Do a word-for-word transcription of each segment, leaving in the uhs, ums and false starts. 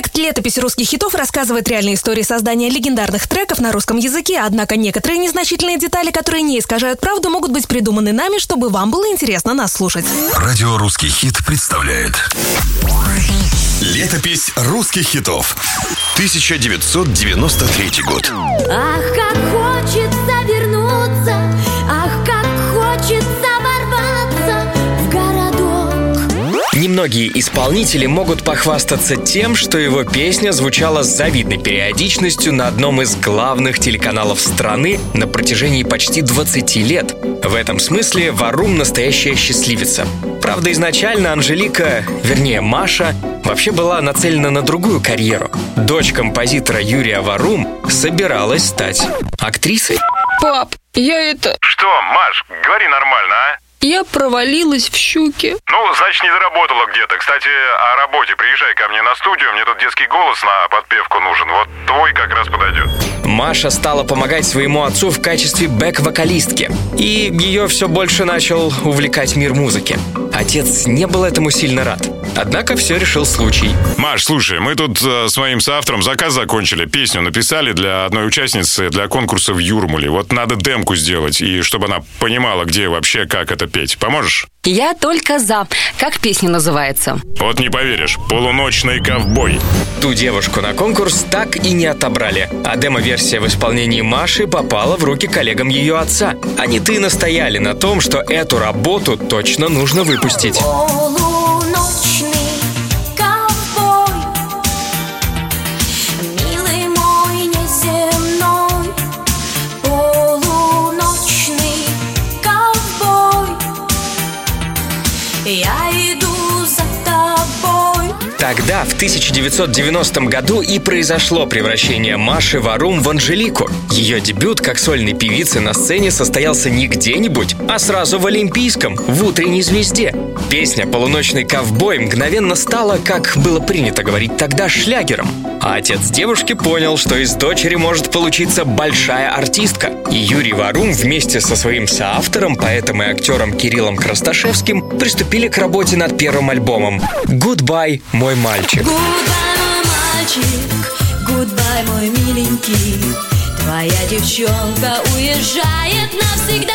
Проект «Летопись русских хитов» рассказывает реальные истории создания легендарных треков на русском языке, однако некоторые незначительные детали, которые не искажают правду, могут быть придуманы нами, чтобы вам было интересно нас слушать. Радио «Русский хит» представляет «Летопись русских хитов». тысяча девятьсот девяносто третий год. Ах, как хочется вернуться, ах, как хочется ворваться в городок. Немногие исполнители могут похвастаться тем, что его песня звучала с завидной периодичностью на одном из главных телеканалов страны на протяжении почти двадцати лет. В этом смысле Варум настоящая счастливица. Правда, изначально Анжелика, вернее Маша, вообще была нацелена на другую карьеру. Дочь композитора Юрия Варум собиралась стать актрисой. Пап, я это... Что, Маш, говори нормально, а? Я провалилась в «Щуке». Ну, значит, не доработала где-то. Кстати, о работе. Приезжай ко мне на студию, мне тут детский голос на подпевку нужен. Вот твой как раз подойдет. Маша стала помогать своему отцу в качестве бэк-вокалистки. И ее все больше начал увлекать мир музыки. Отец не был этому сильно рад. Однако все решил случай. Маш, слушай, мы тут э, с моим соавтором заказ закончили. Песню написали для одной участницы для конкурса в Юрмале. Вот надо демку сделать, и чтобы она понимала, где вообще, как это петь. Поможешь? Я только за. Как песня называется? Вот не поверишь. «Полуночный ковбой». Ту девушку на конкурс так и не отобрали. А демо-версия в исполнении Маши попала в руки коллегам ее отца. Они-то и настояли на том, что эту работу точно нужно выпустить. Полуночный ковбой, милый мой неземной. Полуночный ковбой, я иду за тобой. Тогда, в тысяча девятьсот девяностом году, и произошло превращение Маши Варум в Анжелику. Ее дебют как сольной певицы на сцене состоялся не где-нибудь, а сразу в Олимпийском, в «Утренней звезде». Песня «Полуночный ковбой» мгновенно стала, как было принято говорить тогда, шлягером. А отец девушки понял, что из дочери может получиться большая артистка. И Юрий Варум вместе со своим соавтором, поэтом и актером Кириллом Красташевским приступили к работе над первым альбомом «Гудбай, мой мальчик». Гудбай, мой мальчик, гудбай, мой миленький. Твоя девчонка уезжает навсегда.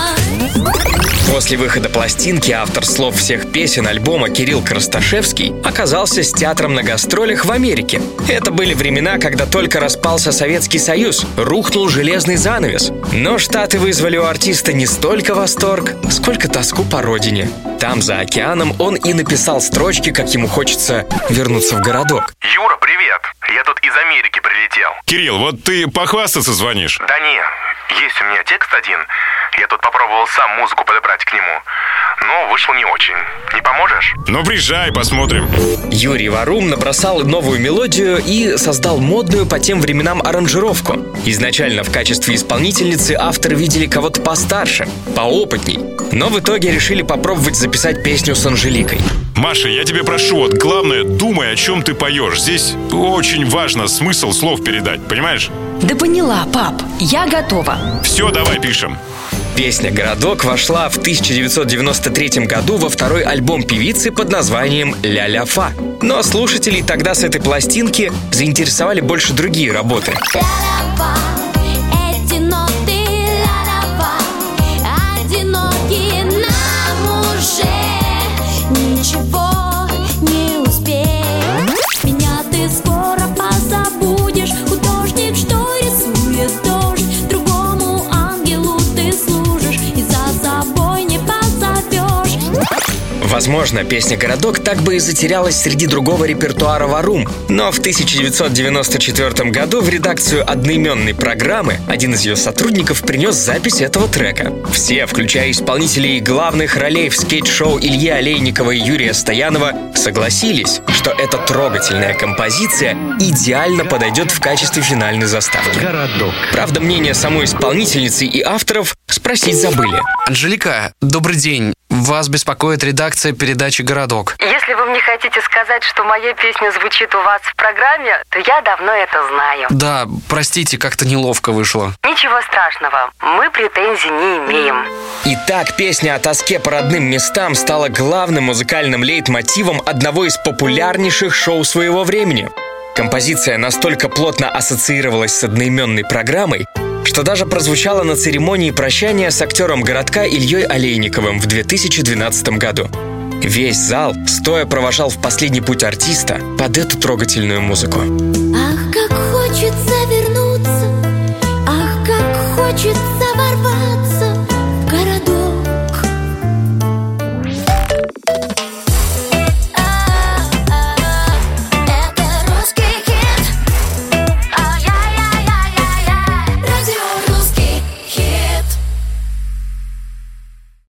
После выхода пластинки автор слов всех песен альбома Кирилл Красташевский оказался с театром на гастролях в Америке. Это были времена, когда только распался Советский Союз, рухнул железный занавес. Но Штаты вызвали у артиста не столько восторг, сколько тоску по родине. Там, за океаном, он и написал строчки, как ему хочется вернуться в городок. Юра, привет. Я тут из Америки прилетел. Кирилл, вот ты похвастаться звонишь? Да не, есть у меня текст один. Я тут попробовал сам музыку подобрать к нему. Но вышло не очень. Не поможешь? Ну, приезжай, посмотрим. Юрий Варум набросал новую мелодию и создал модную по тем временам аранжировку. Изначально в качестве исполнительницы авторы видели кого-то постарше, поопытней. Но в итоге решили попробовать записать песню с Анжеликой. Маша, я тебе прошу, вот главное, думай, о чем ты поешь. Здесь очень важно смысл слов передать, понимаешь? Да поняла, пап, я готова. Все, давай пишем. Песня «Городок» вошла в тысяча девятьсот девяносто третьем году во второй альбом певицы под названием «Ля-ля-фа». Но слушателей тогда с этой пластинки заинтересовали больше другие работы. Ля-ля-фа, эти ноты, ля-ля-фа, одинокие нам уже ничего не успеть. Меня ты скоро позабудешь, художник, что рисует дождь. Другому ангелу ты служишь и за собой не позовешь. Возможно, песня «Городок» так бы и затерялась среди другого репертуара Варум. Но в тысяча девятьсот девяносто четвертом году в редакцию одноименной программы один из ее сотрудников принес запись этого трека. Все, включая исполнителей главных ролей в скейт-шоу Ильи Олейникова и Юрия Стоянова, согласились, что эта трогательная композиция идеально подойдет в качестве финальной заставки. «Городок». Правда, мнение самой исполнительницы и авторов спросить забыли. Анжелика, добрый день. Вас беспокоит редакция передачи «Городок». Если вы мне хотите сказать, что моя песня звучит у вас в программе, то я давно это знаю. Да, простите, как-то неловко вышло. Ничего страшного, мы претензий не имеем. Итак, песня о тоске по родным местам стала главным музыкальным лейтмотивом одного из популярнейших шоу своего времени. Композиция настолько плотно ассоциировалась с одноименной программой, что даже прозвучала на церемонии прощания с актером городка Ильей Олейниковым в две тысячи двенадцатом году. Весь зал стоя провожал в последний путь артиста под эту трогательную музыку. Ах, как хочется вернуться, ах, как хочется